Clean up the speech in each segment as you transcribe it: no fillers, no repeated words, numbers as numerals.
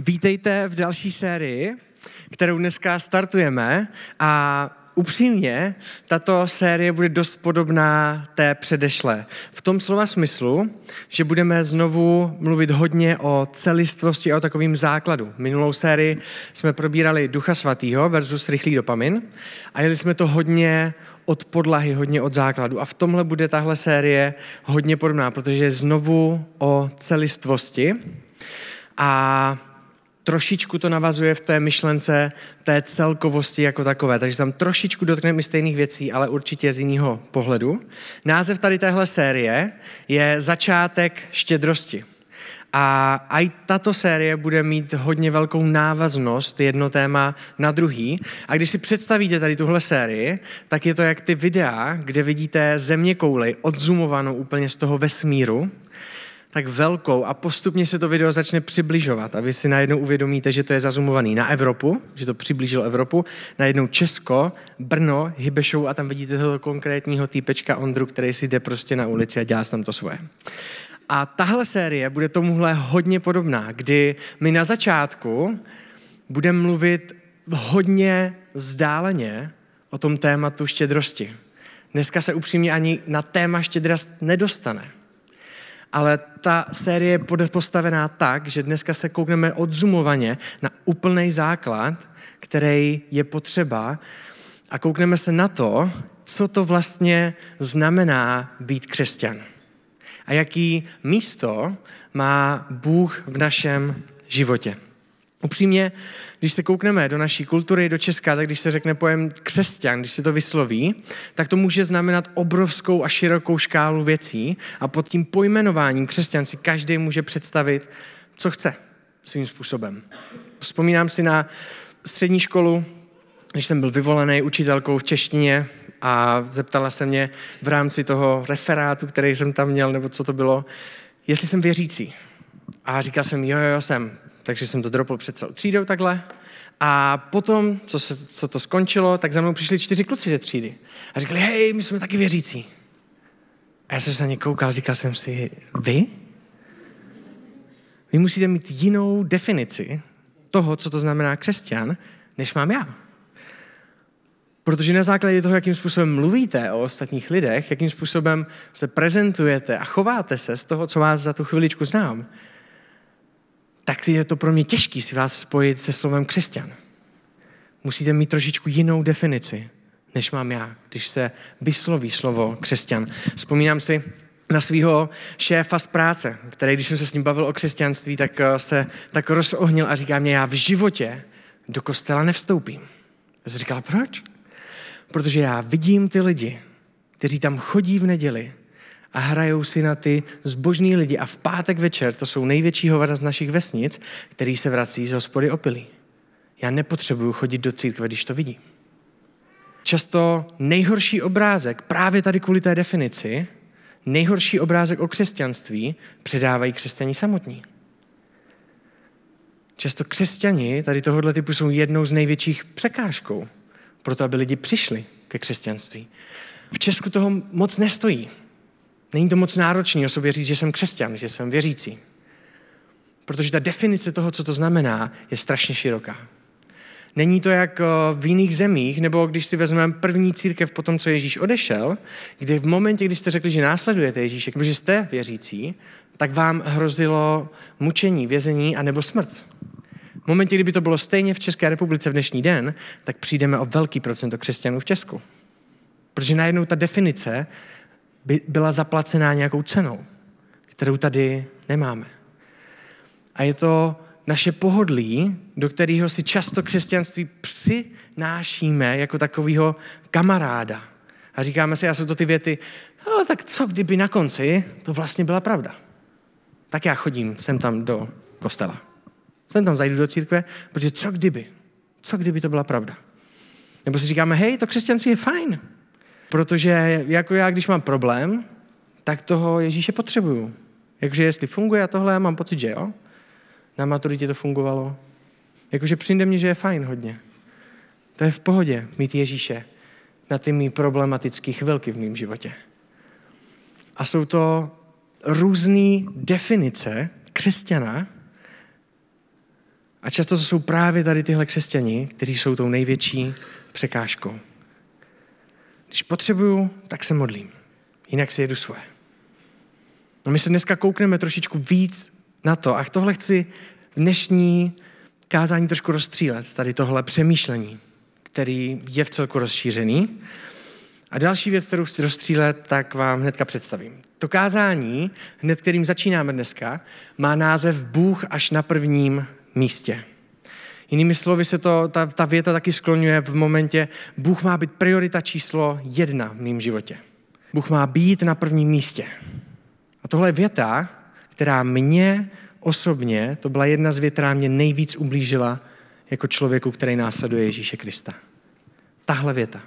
Vítejte v další sérii, kterou dneska startujeme a upřímně, tato série bude dost podobná té předešlé. V tom slova smyslu, že budeme znovu mluvit hodně o celistvosti a o takovým základu. Minulou sérii jsme probírali Ducha Svatého versus rychlý dopamin a jeli jsme to hodně od podlahy, hodně od základu. A v tomhle bude tahle série hodně podobná, protože je znovu o celistvosti a trošičku to navazuje v té myšlence té celkovosti jako takové. Takže tam trošičku dotkneme stejných věcí, ale určitě z jiného pohledu. Název tady téhle série je Začátek štědrosti. A i tato série bude mít hodně velkou návaznost, jedno téma na druhý. A když si představíte tady tuhle sérii, tak je to jak ty videa, kde vidíte zeměkouli odzumovanou úplně z toho vesmíru, tak velkou a postupně se to video začne přibližovat a vy si najednou uvědomíte, že to je zazumovaný na Evropu, že to přiblížilo Evropu, najednou Česko, Brno, Hybešov a tam vidíte toho konkrétního týpečka Ondru, který si jde prostě na ulici a dělá tam to svoje. A tahle série bude tomuhle hodně podobná, kdy my na začátku budeme mluvit hodně vzdáleně o tom tématu štědrosti. Dneska se upřímně ani na téma štědrost nedostane. Ale ta série je postavená tak, že dneska se koukneme odzumovaně na úplný základ, který je potřeba a koukneme se na to, co to vlastně znamená být křesťan. A jaký místo má Bůh v našem životě. Upřímně, když se koukneme do naší kultury, do Česka, tak když se řekne pojem křesťan, když se to vysloví, tak to může znamenat obrovskou a širokou škálu věcí a pod tím pojmenováním křesťan si každý může představit, co chce svým způsobem. Vzpomínám si na střední školu, když jsem byl vyvolený učitelkou v češtině a zeptala se mě v rámci toho referátu, který jsem tam měl, nebo co to bylo, jestli jsem věřící. A říkal jsem, jo, jsem. Takže jsem to dropl před celou třídou takhle. A potom, co to skončilo, tak za mnou přišli 4 kluci ze třídy. A říkali, hej, my jsme taky věřící. A já jsem se na ně koukal, říkal jsem si, vy? Vy musíte mít jinou definici toho, co to znamená křesťan, než mám já. Protože na základě toho, jakým způsobem mluvíte o ostatních lidech, jakým způsobem se prezentujete a chováte se z toho, co vás za tu chviličku znám, tak je to pro mě těžký si vás spojit se slovem křesťan. Musíte mít trošičku jinou definici, než mám já, když se vysloví slovo křesťan. Vzpomínám si na svého šéfa z práce, který, když jsem se s ním bavil o křesťanství, tak se tak rozohnil a říká mě, já v životě do kostela nevstoupím. Já jsem říkal, proč? Protože já vidím ty lidi, kteří tam chodí v neděli a hrajou si na ty zbožný lidi a v pátek večer, to jsou největší hovada z našich vesnic, který se vrací z hospody opilí. Já nepotřebuju chodit do církve, když to vidím. Často nejhorší obrázek, právě tady kvůli té definici, nejhorší obrázek o křesťanství předávají křesťani samotní. Často křesťani tady tohohle typu jsou jednou z největších překážkou pro to, aby lidi přišli ke křesťanství. V Česku toho moc nestojí. Není to moc náročný o sobě říct, že jsem křesťan, že jsem věřící. Protože ta definice toho, co to znamená, je strašně široká. Není to jak v jiných zemích, nebo když si vezmeme první církev po tom, co Ježíš odešel, kdy v momentě, kdy jste řekli, že následujete Ježíše, protože jste věřící, tak vám hrozilo mučení, vězení a nebo smrt. V momentě, kdyby to bylo stejně v České republice v dnešní den, tak přijdeme o velký procento křesťanů v Česku. Protože najednou ta definice by byla zaplacená nějakou cenou, kterou tady nemáme. A je to naše pohodlí, do kterého si často křesťanství přinášíme jako takového kamaráda. A říkáme si, a jsou to ty věty, ale tak co kdyby na konci to vlastně byla pravda. Tak já chodím sem tam do kostela. Sem tam zajdu do církve, protože co kdyby to byla pravda. Nebo si říkáme, hej, to křesťanství je fajn. Protože jako já, když mám problém, tak toho Ježíše potřebuju. Jakože jestli funguje a tohle, já mám pocit, že jo. Na maturitě to fungovalo. Jakože přijde mně, že je fajn hodně. To je v pohodě mít Ježíše na ty mý problematické chvilky v mém životě. A jsou to různé definice křesťana A často to jsou právě tady tyhle křesťani, kteří jsou tou největší překážkou. Když potřebuju, tak se modlím. Jinak si jedu svoje. No my se dneska koukneme trošičku víc na to. A tohle chci v dnešní kázání trošku rozstřílet. Tady tohle přemýšlení, který je v celku rozšířený. A další věc, kterou chci rozstřílet, tak vám hnedka představím. To kázání, hned kterým začínáme dneska, má název Bůh až na prvním místě. Jinými slovy se ta věta taky skloňuje v momentě, Bůh má být priorita číslo 1 v mém životě. Bůh má být na prvním místě. A tohle je věta, která mě osobně, to byla jedna z vět, která mě nejvíc ublížila jako člověku, který následuje Ježíše Krista. Tahle věta.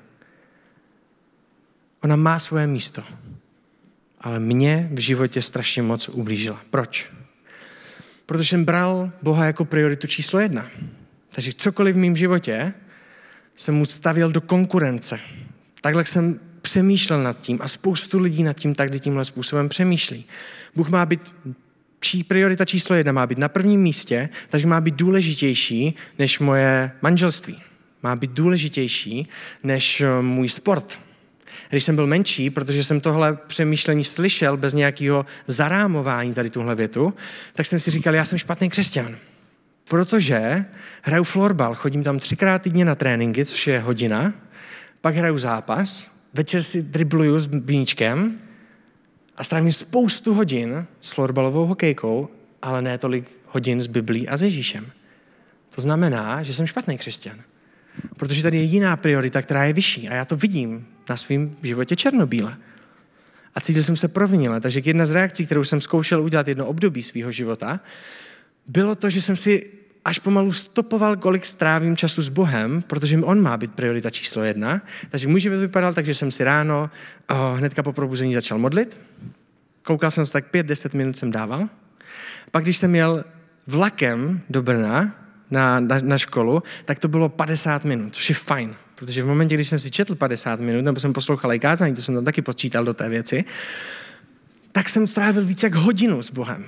Ona má svoje místo, ale mě v životě strašně moc ublížila. Proč? Protože jsem bral Boha jako prioritu číslo 1. Takže cokoliv v mém životě jsem mu stavěl do konkurence. Takhle jsem přemýšlel nad tím a spoustu lidí nad tím tímhle způsobem přemýšlí. Bůh má být, priorita číslo 1 má být na prvním místě, takže má být důležitější než moje manželství. Má být důležitější než můj sport. Když jsem byl menší, protože jsem tohle přemýšlení slyšel bez nějakého zarámování tady tuhle větu, tak jsem si říkal, já jsem špatný křesťan. Protože hraju florbal, chodím tam 3krát týdně na tréninky, což je hodina, pak hraju zápas, večer si dribluju s bíčkem a strávím spoustu hodin s florbalovou hokejkou, ale ne tolik hodin s Biblí a s Ježíšem. To znamená, že jsem špatný křesťan. Protože tady je jiná priorita, která je vyšší a já to vidím na svém životě černobíle. A cítil jsem se provinile, takže jedna z reakcí, kterou jsem zkoušel udělat jedno období svého života, bylo to, že jsem si až pomalu stopoval, kolik strávím času s Bohem, protože on má být priorita číslo 1. Takže můj život vypadal tak, že jsem si ráno hnedka po probuzení začal modlit. Koukal jsem se tak 5-10 minut jsem dával. Pak když jsem jel vlakem do Brna na školu, tak to bylo 50 minut, což je fajn. Protože v momentě, když jsem si četl 50 minut, nebo jsem poslouchal i kázání, to jsem tam taky počítal do té věci, tak jsem strávil víc jak hodinu s Bohem.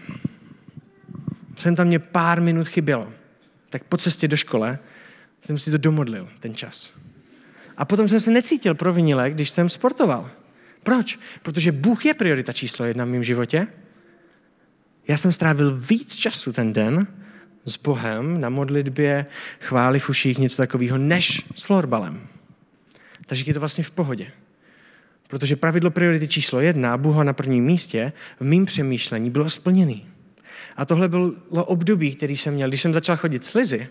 Jsem tam mě pár minut chybělo. Tak po cestě do škole jsem si to domodlil, ten čas. A potom jsem se necítil provinile, když jsem sportoval. Proč? Protože Bůh je priorita číslo 1 v mém životě. Já jsem strávil víc času ten den s Bohem na modlitbě, chvály v uších, něco takového, než s florbalem. Takže je to vlastně v pohodě. Protože pravidlo priority číslo 1, Boha na prvním místě, v mým přemýšlení bylo splněný. A tohle bylo období, který jsem měl. Když jsem začal chodit s Lizy,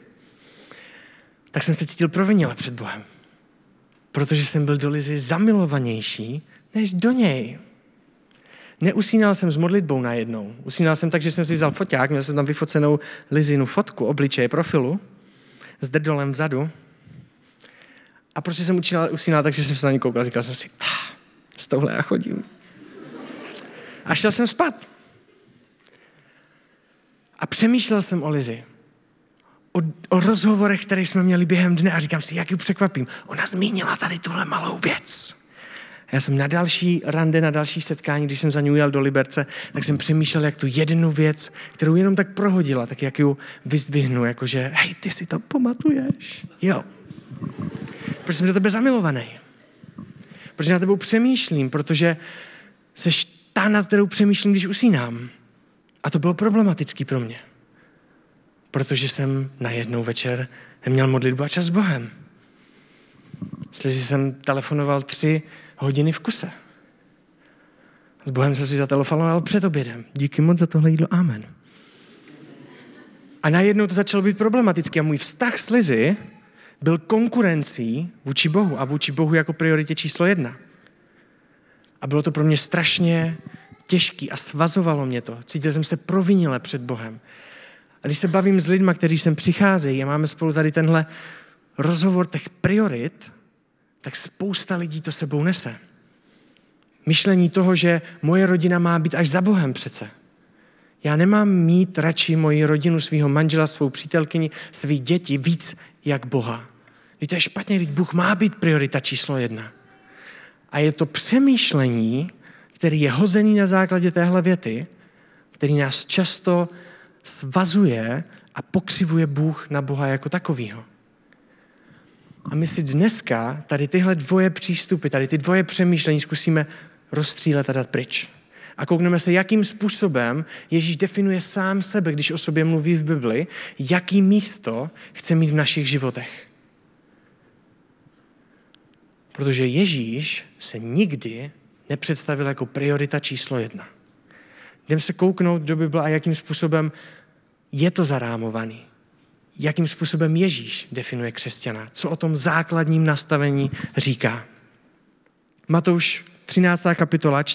tak jsem se cítil provinile před Bohem. Protože jsem byl do Lizy zamilovanější než do něj. Neusínal jsem s modlitbou najednou. Usínal jsem tak, že jsem si vzal foťák, měl jsem tam vyfocenou Lizinu fotku, obličeje, profilu, s drdolem vzadu. A prostě jsem usínal tak, že jsem se na ní koukal. Říkal jsem si, s touhle já chodím. A šel jsem spát. A přemýšlel jsem o Lizi. O rozhovorech, které jsme měli během dne a říkám si, jak ji překvapím. Ona zmínila tady tuhle malou věc. Já jsem na další rande, na další setkání, když jsem za ní ujel do Liberce, tak jsem přemýšlel, jak tu jednu věc, kterou jenom tak prohodila, tak jak ji vyzdvihnu, jakože, hej, ty si to pamatuješ. Jo. Protože jsem do tebe zamilovaný. Protože na tebou přemýšlím, protože seš ta, nad kterou přemýšlím, když usínám. A to bylo problematický pro mě. Protože jsem najednou večer neměl modlitbu a čas s Bohem. Slizi jsem telefonoval 3 hodiny v kuse. S Bohem jsem si zatelefonoval před obědem. Díky moc za tohle jídlo, amen. A najednou to začalo být problematické a můj vztah s Lizy byl konkurencí vůči Bohu a vůči Bohu jako prioritě číslo 1. A bylo to pro mě strašně těžký a svazovalo mě to. Cítil jsem se provinile před Bohem. A když se bavím s lidma, kteří sem přicházejí a máme spolu tady tenhle rozhovor těch priorit, tak spousta lidí to sebou nese. Myšlení toho, že moje rodina má být až za Bohem přece. Já nemám mít radši moji rodinu, svého manžela, svou přítelkyni, svý děti víc jak Boha. Když to je špatně, když Bůh má být priorita číslo 1. A je to přemýšlení, který je hozený na základě téhle věty, který nás často svazuje a pokřivuje Bůh na Boha jako takovýho. A my si dneska tady tyhle dvoje přístupy, tady ty dvoje přemýšlení zkusíme rozstřílet a dát pryč. A koukneme se, jakým způsobem Ježíš definuje sám sebe, když o sobě mluví v Bibli, jaký místo chce mít v našich životech. Protože Ježíš se nikdy nepředstavil jako priorita číslo 1. Jdeme se kouknout do Bible a jakým způsobem je to zarámovaný. Jakým způsobem Ježíš definuje křesťana. Co o tom základním nastavení říká. Matouš 13. kapitola,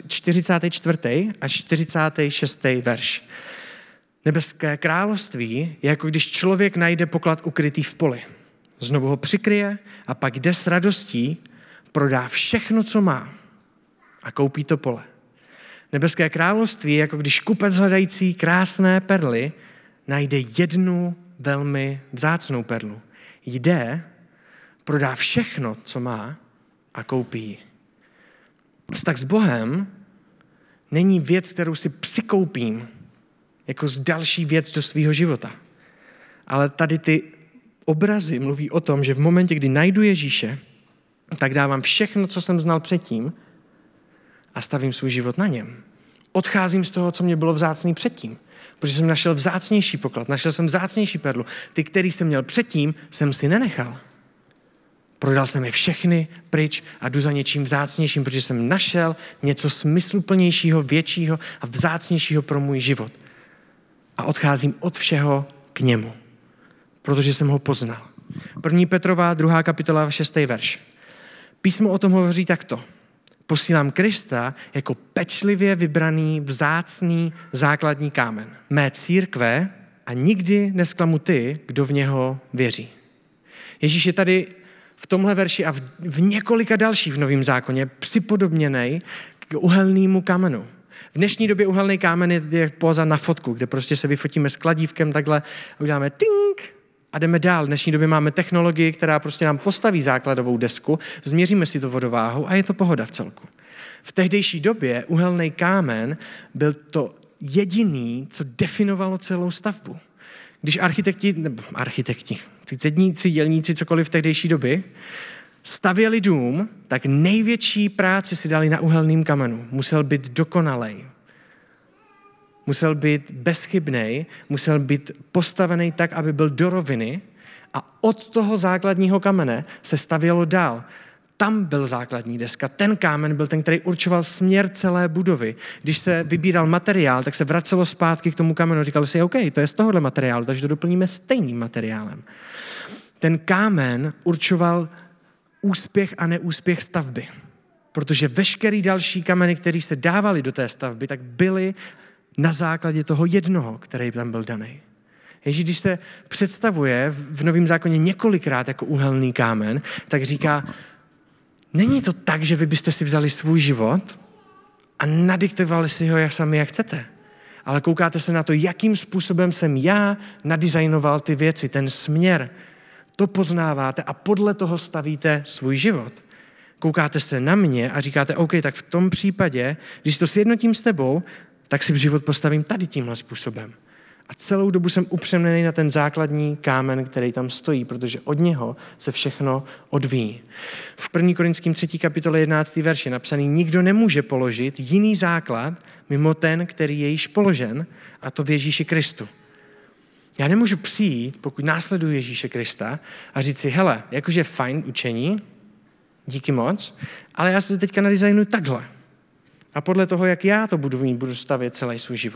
44. až 46. verš. Nebeské království je jako když člověk najde poklad ukrytý v poli. Znovu ho přikryje a pak jde s radostí, prodá všechno, co má a koupí to pole. Nebeské království je jako když kupec hledající krásné perly najde jednu velmi vzácnou perlu. Jde, prodá všechno, co má a koupí ji. Vztah s Bohem není věc, kterou si přikoupím jako další věc do svého života. Ale tady ty obrazy mluví o tom, že v momentě, kdy najdu Ježíše, tak dávám všechno, co jsem znal předtím a stavím svůj život na něm. Odcházím z toho, co mě bylo vzácný předtím, protože jsem našel vzácnější poklad, našel jsem vzácnější perlu. Ty, který jsem měl předtím, jsem si nenechal. Prodal jsem je všechny pryč a jdu za něčím vzácnějším, protože jsem našel něco smysluplnějšího, většího a vzácnějšího pro můj život. A odcházím od všeho k němu, protože jsem ho poznal. 1. Petrova, 2. kapitola, 6. verš. Písmo o tom hovoří takto. Posílám Krista jako pečlivě vybraný, vzácný základní kámen mé církve a nikdy nesklamu ty, kdo v něho věří. Ježíš je tady v tomhle verši a v několika dalších v Novém zákoně připodobněnej k uhelnému kamenu. V dnešní době uhelný kámen je póza na fotku, kde prostě se vyfotíme s kladívkem takhle a uděláme ting a jdeme dál. V dnešní době máme technologii, která prostě nám postaví základovou desku, změříme si to vodováhu a je to pohoda v celku. V tehdejší době uhelný kámen byl to jediný, co definovalo celou stavbu. Když architekti, zedníci, dělníci, cokoliv v tehdejší doby, stavěli dům, tak největší práci si dali na uhelném kamenu. Musel být dokonalej. Musel být bezchybnej, musel být postavený tak, aby byl do roviny a od toho základního kamene se stavělo dál. Tam byl základní deska. Ten kámen byl ten, který určoval směr celé budovy. Když se vybíral materiál, tak se vracelo zpátky k tomu kamenu. Říkalo si, OK, to je z tohohle materiálu, takže to doplníme stejným materiálem. Ten kámen určoval úspěch a neúspěch stavby. Protože veškerý další kameny, které se dávaly do té stavby, tak byly na základě toho jednoho, který tam byl daný. Ježíš, když se představuje v Novém zákoně několikrát jako uhelný kámen, tak říká, není to tak, že vy byste si vzali svůj život a nadiktovali si ho jak sami, jak chcete. Ale koukáte se na to, jakým způsobem jsem já nadizajnoval ty věci, ten směr. To poznáváte a podle toho stavíte svůj život. Koukáte se na mě a říkáte, OK, tak v tom případě, když to sjednotím s tebou, tak si v život postavím tady tímhle způsobem. A celou dobu jsem upřeměný na ten základní kámen, který tam stojí, protože od něho se všechno odvíjí. V 1. Korinským 3. kapitole 11. verši napsaný, nikdo nemůže položit jiný základ mimo ten, který je již položen, a to v Ježíši Kristu. Já nemůžu přijít, pokud následuji Ježíše Krista a říct si, hele, jakože fajn učení, díky moc, ale já si to teďka nadizajnuji takhle. A podle toho, jak já to budu mít, budu stavět celý svůj život.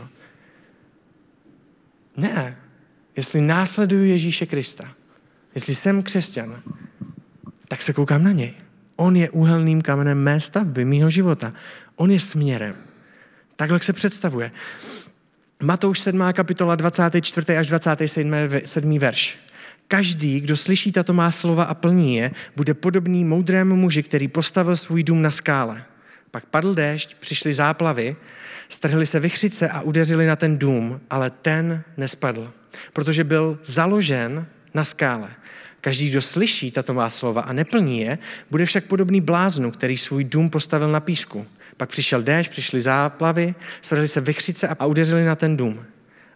Ne. Jestli následuju Ježíše Krista, jestli jsem křesťan, tak se koukám na něj. On je úhelným kamenem mé stavby, mýho života. On je směrem. Takhle se představuje. Matouš 7. kapitola 24. až 27. verš. Každý, kdo slyší tato má slova a plní je, bude podobný moudrému muži, který postavil svůj dům na skále. Pak padl déšť, přišly záplavy, strhly se vichřice a udeřili na ten dům, ale ten nespadl, protože byl založen na skále. Každý, kdo slyší tato má slova a neplní je, bude však podobný bláznu, který svůj dům postavil na písku. Pak přišel déšť, přišly záplavy, strhly se vichřice a udeřili na ten dům.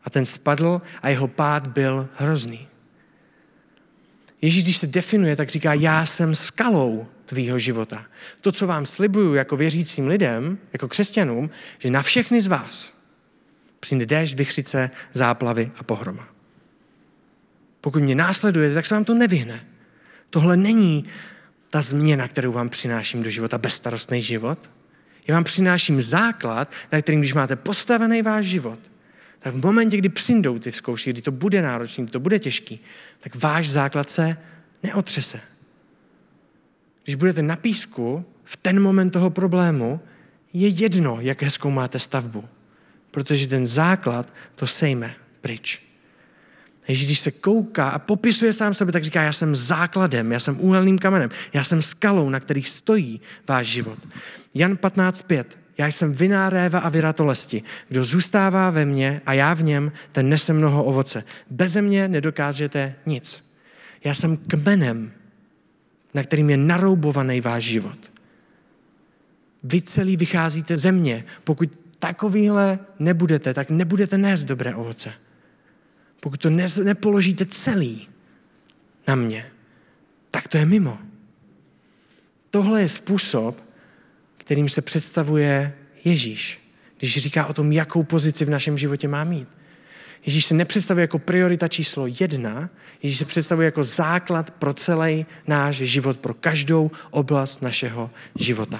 A ten spadl a jeho pád byl hrozný. Ježíš, když se definuje, tak říká, já jsem skalou tvýho života. To, co vám slibuju jako věřícím lidem, jako křesťanům, že na všechny z vás přijde déšť, vichřice, záplavy a pohroma. Pokud mě následujete, tak se vám to nevyhne. Tohle není ta změna, kterou vám přináším do života, bezstarostný život. Já vám přináším základ, na kterým, když máte postavený váš život, tak v momentě, kdy přijdou ty zkoušky, kdy to bude náročný, kdy to bude těžký, tak váš základ se neotřese. Když budete na písku, v ten moment toho problému, je jedno, jak hezkou máte stavbu. Protože ten základ to sejme pryč. Ježíš, když se kouká a popisuje sám sebe, tak říká, já jsem základem, já jsem úhelným kamenem, já jsem skalou, na kterých stojí váš život. Jan 15:5. Já jsem vina réva a vyratolesti. Kdo zůstává ve mně a já v něm, ten nese mnoho ovoce. Beze mě nedokážete nic. Já jsem kmenem, na kterým je naroubovaný váš život. Vy celý vycházíte ze mě. Pokud takovýhle nebudete, tak nebudete nést dobré ovoce. Pokud to nepoložíte celý na mě, tak to je mimo. Tohle je způsob, kterým se představuje Ježíš, když říká o tom, jakou pozici v našem životě má mít. Ježíš se nepředstavuje jako priorita číslo 1, Ježíš se představuje jako základ pro celý náš život, pro každou oblast našeho života.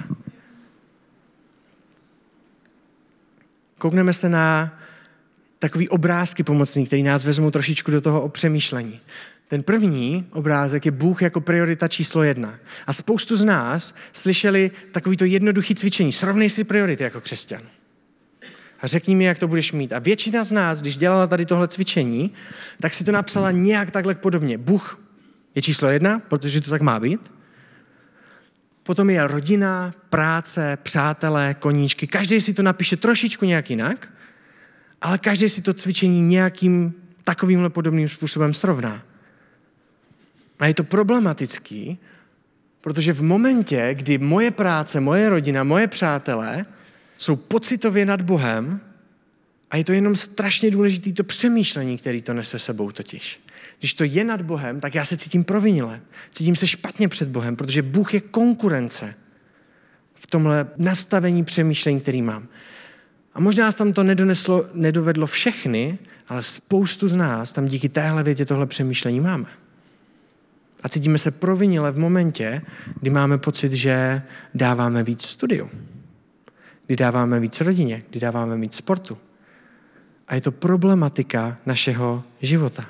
Koukneme se na takový obrázky pomocný, který nás vezmou trošičku do toho přemýšlení. Ten první obrázek je Bůh jako priorita číslo 1. A spoustu z nás slyšeli takovýto jednoduchý cvičení. Srovnej si priority jako křesťan. A řekni mi, jak to budeš mít. A většina z nás, když dělala tady tohle cvičení, tak si to napsala nějak takhle podobně. Bůh je číslo 1, protože to tak má být. Potom je rodina, práce, přátelé, koníčky. Každý si to napíše trošičku nějak jinak, ale každý si to cvičení nějakým takovýmhle podobným způsobem srovná. A je to problematický, protože v momentě, kdy moje práce, moje rodina, moje přátelé jsou pocitově nad Bohem, a je to jenom strašně důležité to přemýšlení, který to nese sebou totiž. Když to je nad Bohem, tak já se cítím provinile. Cítím se špatně před Bohem, protože Bůh je konkurence v tomhle nastavení přemýšlení, který mám. A možná nás tam to nedovedlo všechny, ale spoustu z nás tam díky téhle větě tohle přemýšlení máme. A cítíme se provinile v momentě, kdy máme pocit, že dáváme víc studiu, kdy dáváme víc rodině, kdy dáváme víc sportu. A je to problematika našeho života.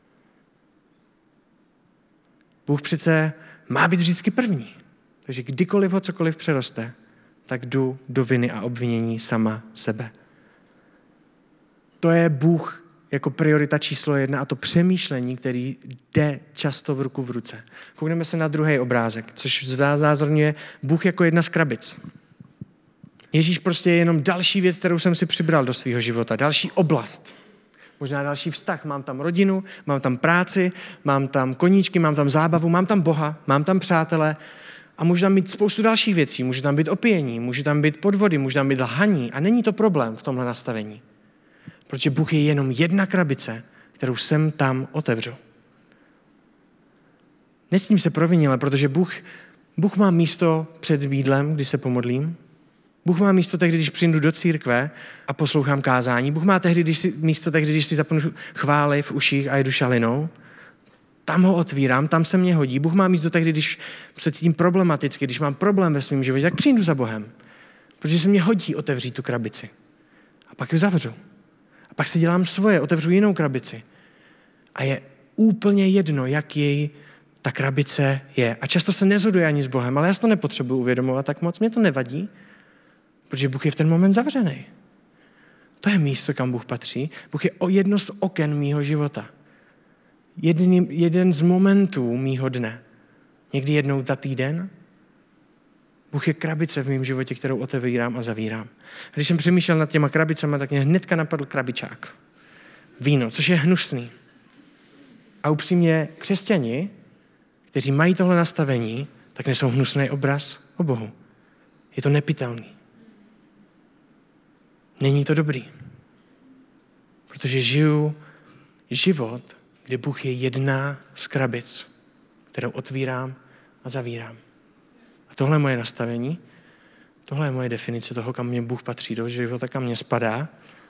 Bůh přece má být vždycky první. Takže kdykoliv ho cokoliv přeroste, tak jdu do viny a obvinění sama sebe. To je Bůh jako priorita číslo 1 a to přemýšlení, který jde často v ruku v ruce. Koukneme se na druhý obrázek, což znázorňuje Bůh jako jedna z krabic. Ježíš prostě je jenom další věc, kterou jsem si přibral do svého života, další oblast. Možná další vztah. Mám tam rodinu, mám tam práci, mám tam koníčky, mám tam zábavu, mám tam Boha, mám tam přátele a můžu tam mít spoustu dalších věcí. Může tam být opijení, může tam být podvody, může tam být lhaní a není to problém v tomhle nastavení. Protože Bůh je jenom jedna krabice, kterou sem tam otevřu. Necítím se provinile, protože Bůh má místo před jídlem, kdy se pomodlím. Bůh má místo tehdy, když přijdu do církve a poslouchám kázání. Bůh má místo tehdy, když si zapnu chvály v uších a jedu šalinou. Tam ho otvírám, tam se mě hodí. Bůh má místo tehdy, když se cítím problematicky, když mám problém ve svém životě, tak přijdu za Bohem. Protože se mě hodí otevřít tu krabici. A pak ji zavřu. A pak si dělám svoje, otevřu jinou krabici. A je úplně jedno, jak jej ta krabice je. A často se nezhoduje ani s Bohem, ale já to nepotřebuji uvědomovat tak moc, mě to nevadí, protože Bůh je v ten moment zavřený. To je místo, kam Bůh patří. Bůh je jedno z oken mýho života. Jeden z momentů mýho dne. Někdy jednou za týden. Bůh je krabice v mém životě, kterou otevírám a zavírám. A když jsem přemýšlel nad těma krabicemi, tak mě hnedka napadl krabičák. Víno, což je hnusný. A upřímně křesťani, kteří mají tohle nastavení, tak nesou hnusný obraz o Bohu. Je to nepitelný. Není to dobrý. Protože žiju život, kde Bůh je jedna z krabic, kterou otvírám a zavírám. A tohle je moje nastavení, tohle je moje definice toho, kam mě Bůh patří, do života, kam mě spadá.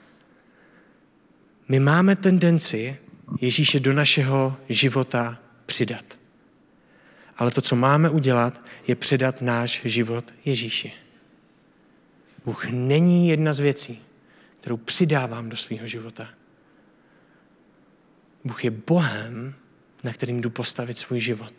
My máme tendenci Ježíše do našeho života přidat. Ale to, co máme udělat, je předat náš život Ježíši. Bůh není jedna z věcí, kterou přidávám do svého života. Bůh je Bohem, na kterým jdu postavit svůj život.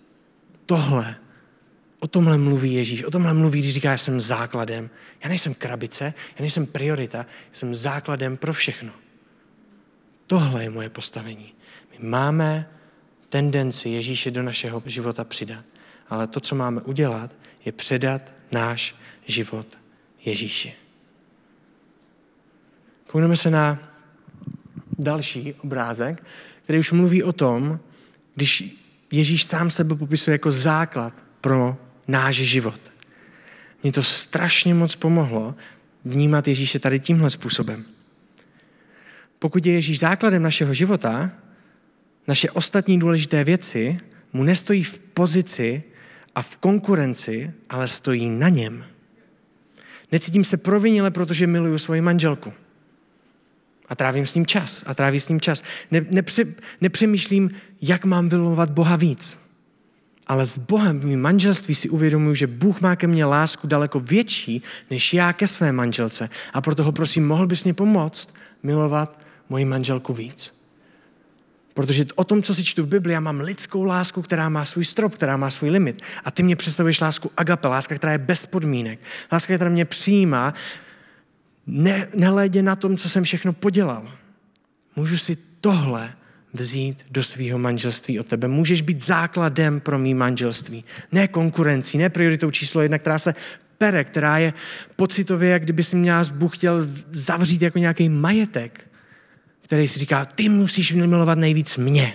O tomhle mluví Ježíš, o tomhle mluví, když říká, já jsem základem. Já nejsem krabice, já nejsem priorita, já jsem základem pro všechno. Tohle je moje postavení. My máme tendenci Ježíše do našeho života přidat, ale to, co máme udělat, je předat náš život Ježíši. Koukneme se na další obrázek, který už mluví o tom, když Ježíš sám sebe popisuje jako základ pro náš život. Mně to strašně moc pomohlo vnímat Ježíše tady tímhle způsobem. Pokud je Ježíš základem našeho života, naše ostatní důležité věci mu nestojí v pozici a v konkurenci, ale stojí na něm. Necítím se provinile, protože miluju svoji manželku. A trávím s ním čas. Nepřemýšlím, jak mám milovat Boha víc. Ale s Bohem v mém manželství si uvědomuji, že Bůh má ke mně lásku daleko větší, než já ke své manželce. A proto ho prosím, mohl bys mě pomoct milovat moji manželku víc. Protože o tom, co si čtu v Bibli, já mám lidskou lásku, která má svůj strop, která má svůj limit. A ty mě představuješ lásku agape, láska, která je bez podmínek. Láska, která mě přijímá, nehledě na tom, co jsem všechno podělal. Můžu si tohle vzít do svého manželství od tebe. Můžeš být základem pro mý manželství. Ne konkurencí, ne prioritou číslo 1, která se pere, která je pocitově, jak kdyby si mě Bůh chtěl zavřít jako nějaký majetek, který si říká, ty musíš milovat nejvíc mě.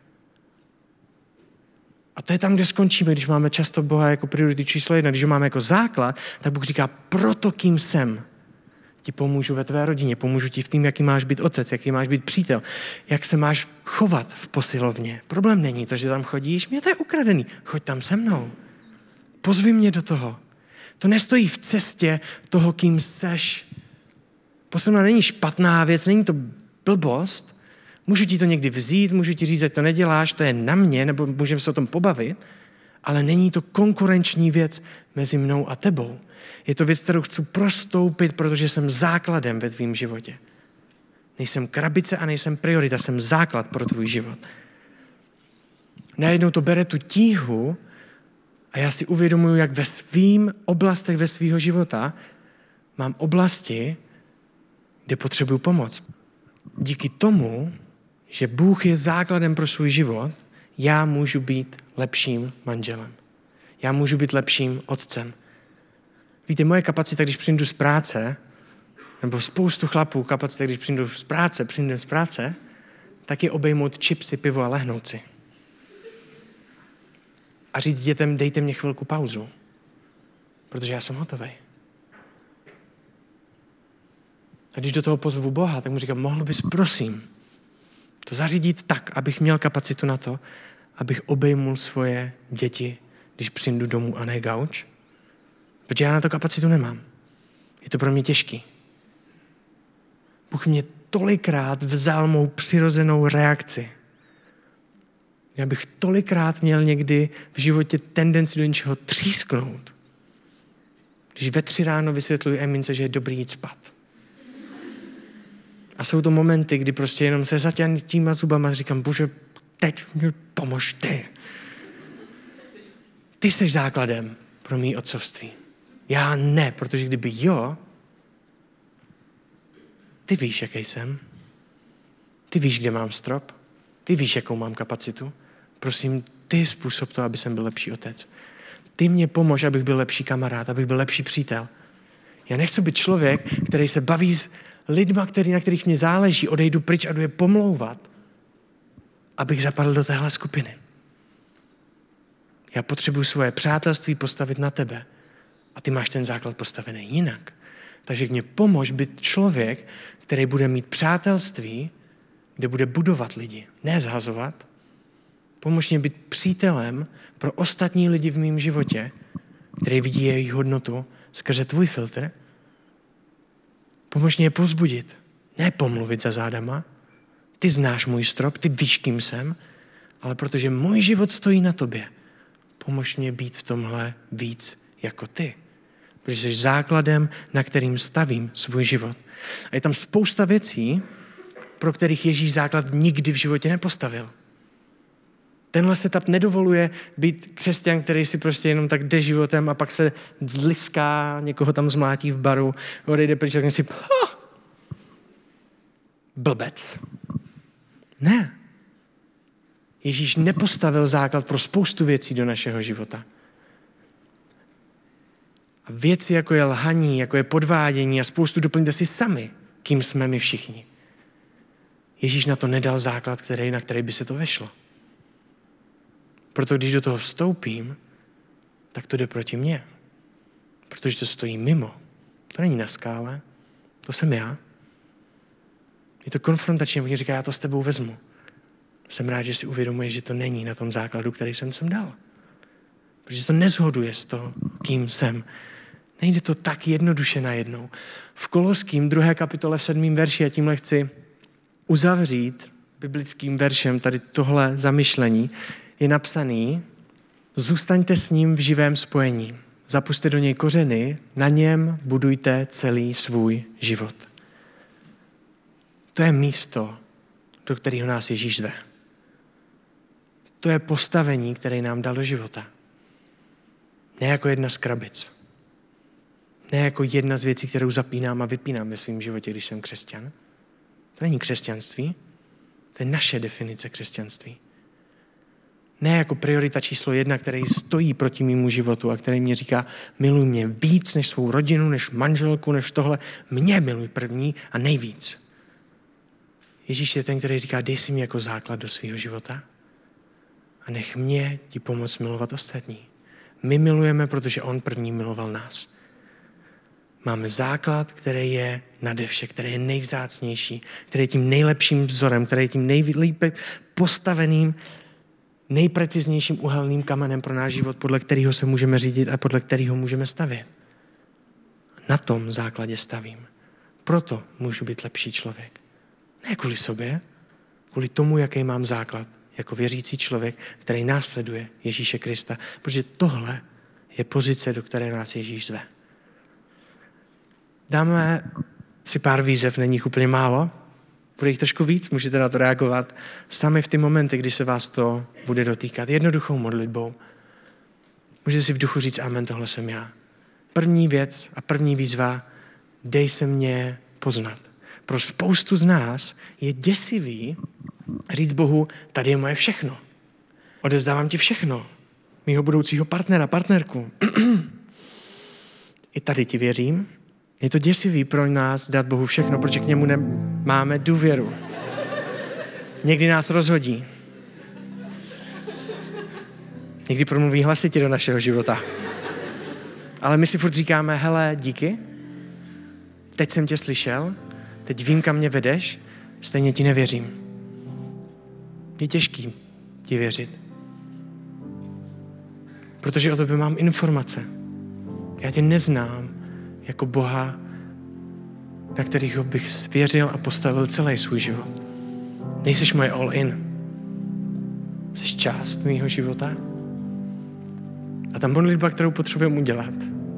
A to je tam, kde skončíme, když máme často Boha jako prioritu číslo 1, když ho máme jako základ, tak Bůh říká, proto kým jsem, ti pomůžu ve tvé rodině, pomůžu ti v tím, jaký máš být otec, jaký máš být přítel, jak se máš chovat v posilovně. Problém není to, že tam chodíš, mě to je ukradený, choď tam se mnou. Pozvi mě do toho. To nestojí v cestě toho, kým seš. Posilovna není špatná věc, není to blbost. Můžu ti to někdy vzít, můžu ti říct, že to neděláš, to je na mě, nebo můžeme se o tom pobavit, ale není to konkurenční věc mezi mnou a tebou. Je to věc, kterou chci prostoupit, protože jsem základem ve tvým životě. Nejsem krabice a nejsem priorita, jsem základ pro tvůj život. Najednou to bere tu tíhu a já si uvědomuji, jak ve svým oblastech ve svýho života mám oblasti, kde potřebuju pomoc. Díky tomu, že Bůh je základem pro svůj život, já můžu být lepším manželem. Já můžu být lepším otcem. Víte, moje kapacita, když přijdu z práce, nebo spoustu chlapů kapacita, když přijdu z práce, tak je obejmout čipsy, pivo a lehnout si. A říct dětem, dejte mě chvilku pauzu, protože já jsem hotovej. A když do toho pozvu Boha, tak mu říkám, mohl bys, prosím, to zařídit tak, abych měl kapacitu na to, abych obejmul svoje děti, když přijdu domů a ne gauč. Protože já na to kapacitu nemám. Je to pro mě těžký. Bůh mě tolikrát vzal mou přirozenou reakci. Já bych tolikrát měl někdy v životě tendenci do něčeho třísknout. Když ve 3 ráno vysvětluji Emince, že je dobrý jít spát. A jsou to momenty, kdy prostě jenom se zatěnýma zubama říkám, Bože, teď mi pomož ty. Ty jsi základem pro mý otcovství. Já ne, protože kdyby jo, ty víš, jaký jsem. Ty víš, kde mám strop. Ty víš, jakou mám kapacitu. Prosím, ty způsob to, aby jsem byl lepší otec. Ty mě pomož, abych byl lepší kamarád, abych byl lepší přítel. Já nechci být člověk, který se baví s lidma, na kterých mě záleží, odejdu pryč a jdu je pomlouvat, abych zapadl do téhle skupiny. Já potřebuji svoje přátelství postavit na tebe a ty máš ten základ postavený jinak. Takže mě pomož být člověk, který bude mít přátelství, kde bude budovat lidi, ne zhazovat. Pomož mě být přítelem pro ostatní lidi v mém životě, který vidí jejich hodnotu skrze tvůj filtr. Pomož mě je povzbudit, ne pomluvit za zádama. Ty znáš můj strop, ty víš, kým jsem, ale protože můj život stojí na tobě, pomož mě být v tomhle víc jako ty. Protože jsi základem, na kterým stavím svůj život. A je tam spousta věcí, pro kterých Ježíš základ nikdy v životě nepostavil. Tenhle setup nedovoluje být křesťan, který si prostě jenom tak jde životem a pak se zliská, někoho tam zmlátí v baru, odejde pryč a si blbec. Ne. Ježíš nepostavil základ pro spoustu věcí do našeho života. A věci, jako je lhaní, jako je podvádění a spoustu doplňte si sami, kým jsme my všichni. Ježíš na to nedal základ, na který by se to vešlo. Proto když do toho vstoupím, tak to jde proti mně. Protože to stojí mimo. To není na skále, to jsem já. Je to konfrontační, protože říká, já to s tebou vezmu. Jsem rád, že si uvědomuješ, že to není na tom základu, který jsem sem dal. Protože to nezhoduje s toho, kým jsem. Nejde to tak jednoduše najednou. V Koloským 2. kapitole v 7. verši, a tímhle chci uzavřít biblickým veršem tady tohle zamyšlení, je napsaný, zůstaňte s ním v živém spojení. Zapuste do něj kořeny, na něm budujte celý svůj život. To je místo, do kterého nás Ježíš zve. To je postavení, které nám dal do života. Ne jako jedna z krabic. Ne jako jedna z věcí, kterou zapínám a vypínám ve svém životě, když jsem křesťan. To není křesťanství. To je naše definice křesťanství. Ne jako priorita číslo 1, který stojí proti mému životu a který mě říká, miluj mě víc než svou rodinu, než manželku, než tohle. Mě miluj první a nejvíc. Ježíš je ten, který říká, dej si mě jako základ do svého života a nech mě ti pomoct milovat ostatní. My milujeme, protože on první miloval nás. Máme základ, který je nade vše, který je nejvzácnější, který je tím nejlepším vzorem, který je tím nejlépe postaveným, nejpreciznějším uhelným kamenem pro náš život, podle kterého se můžeme řídit a podle kterého můžeme stavět. Na tom základě stavím. Proto můžu být lepší člověk. Ne kvůli sobě, kvůli tomu, jaký mám základ jako věřící člověk, který následuje Ježíše Krista. Protože tohle je pozice, do které nás Ježíš zve. Dáme si pár výzev, není jich úplně málo. Bude jich trošku víc, můžete na to reagovat sami v ty momenty, kdy se vás to bude dotýkat. Jednoduchou modlitbou. Můžete si v duchu říct, amen, tohle jsem já. První věc a první výzva, dej se mě poznat. Pro spoustu z nás je děsivý říct Bohu, tady je moje všechno. Odevzdávám ti všechno. Mýho budoucího partnera, partnerku. I tady ti věřím. Je to děsivý pro nás dát Bohu všechno, protože k němu nemáme důvěru. Někdy nás rozhodí. Někdy promluví hlasitě do našeho života. Ale my si furt říkáme, hele, díky, teď jsem tě slyšel, teď vím, kam mě vedeš, stejně ti nevěřím. Je těžký ti věřit. Protože o tobě mám informace. Já tě neznám jako Boha, na kterého bych svěřil a postavil celý svůj život. Nejseš moje all in. Jsi část mýho života. A ta modlitba, kterou potřebujeme udělat,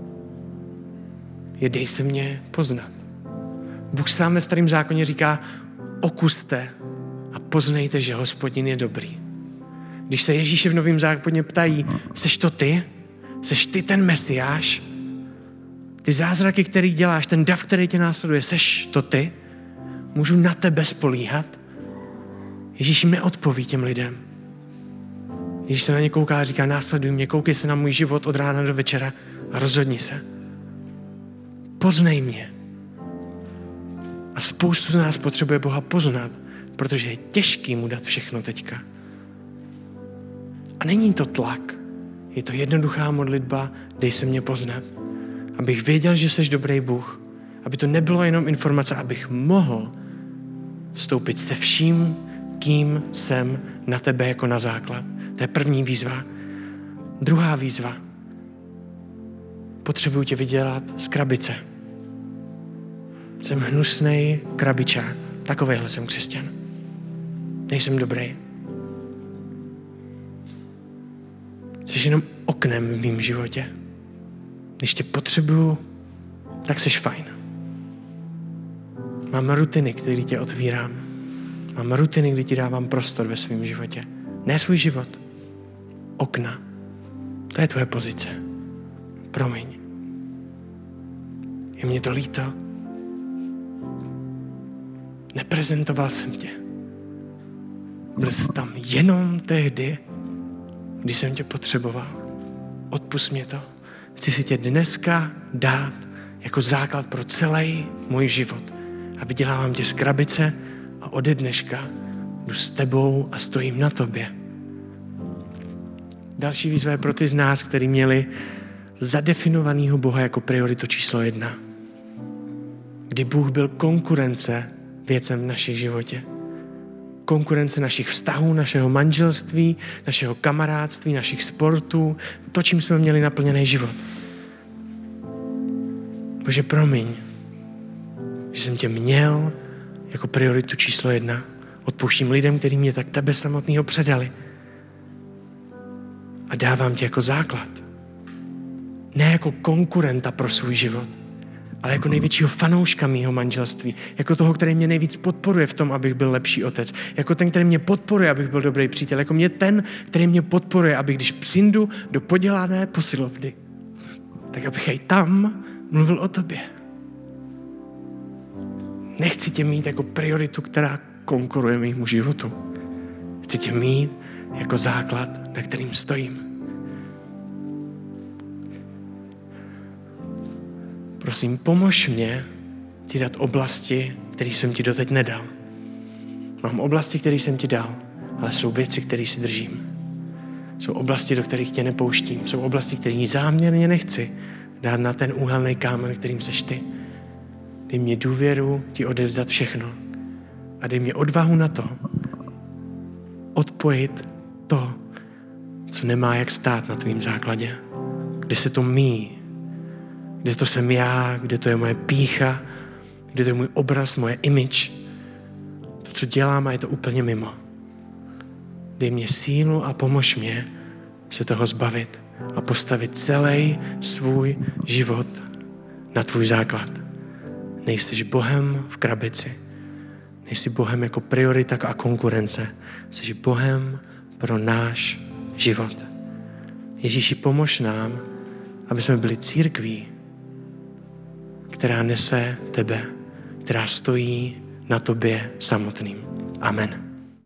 je dej se mě poznat. Bůh sám ve Starém zákoně říká, okuste a poznejte, že Hospodin je dobrý. Když se Ježíše v Novém zákoně ptají, seš to ty? Seš ty ten Mesiáš? Ty zázraky, který děláš, ten dav, který tě následuje, seš to ty? Můžu na tebe spolíhat? Ježíš neodpoví těm lidem. Ježíš se na ně kouká a říká, následuj mě, koukej se na můj život od rána do večera a rozhodni se. Poznej mě. A spoustu z nás potřebuje Boha poznat, protože je těžký mu dát všechno teďka. A není to tlak. Je to jednoduchá modlitba, dej se mě poznat. Abych věděl, že jsi dobrý Bůh Aby to nebylo jenom informace, abych mohl vstoupit se vším, kým jsem, na tebe jako na základ. To je první výzva. Druhá výzva. Potřebuji tě vydělat z krabice. Jsem hnusnej krabičák. Takovejhle jsem křesťan. Nejsem dobrý. Jsi jenom oknem v mém životě. Když tě potřebuju, tak jsi fajn. Mám rutiny, které tě otvírám. Mám rutiny, kdy ti dávám prostor ve svém životě. Ne svůj život. Okna. To je tvoje pozice. Promiň. Je mě to líto. Neprezentoval jsem tě. Byl jsi tam jenom tehdy, když jsem tě potřeboval. Odpusť mě to. Chci si tě dneska dát jako základ pro celý můj život. A vydělávám tě z krabice a ode dneška jdu s tebou a stojím na tobě. Další výzva je pro ty z nás, kteří měli zadefinovaného Boha jako prioritu číslo 1. Kdy Bůh byl konkurence věcem v našich životě. Konkurence našich vztahů, našeho manželství, našeho kamarádství, našich sportů, to, čím jsme měli naplněný život. Bože, promiň, že jsem tě měl jako prioritu číslo 1. Odpouštím lidem, kteří mě tak tebe samotného předali. A dávám tě jako základ. Ne jako konkurenta pro svůj život, ale jako největšího fanouška mýho manželství. Jako toho, který mě nejvíc podporuje v tom, abych byl lepší otec. Jako ten, který mě podporuje, abych byl dobrý přítel. Jako mě ten, který mě podporuje, abych když přijdu do podělané posilovny, tak abych i tam mluvil o tobě. Nechci tě mít jako prioritu, která konkuruje mému životu. Chci tě mít jako základ, na kterým stojím. Prosím, pomož mě ti dát oblasti, které jsem ti doteď nedal. Mám oblasti, které jsem ti dal, ale jsou věci, které si držím. Jsou oblasti, do kterých tě nepouštím. Jsou oblasti, které záměrně nechci dát na ten úhelný kámen, kterým seš ty. Dej mě důvěru ti odevzdat všechno. A dej mě odvahu na to, odpojit to, co nemá jak stát na tvým základě. Kde se to míjí. Kde to jsem já, kde to je moje pýcha, kde to je můj obraz, moje image. To, co dělám, a je to úplně mimo. Dej mě sílu a pomož mě se toho zbavit a postavit celý svůj život na tvůj základ. Nejseš Bohem v krabici. Nejsi Bohem jako priorita a konkurence. Jsi Bohem pro náš život. Ježíši, pomož nám, aby jsme byli církví, která nese tebe, která stojí na tobě samotným. Amen.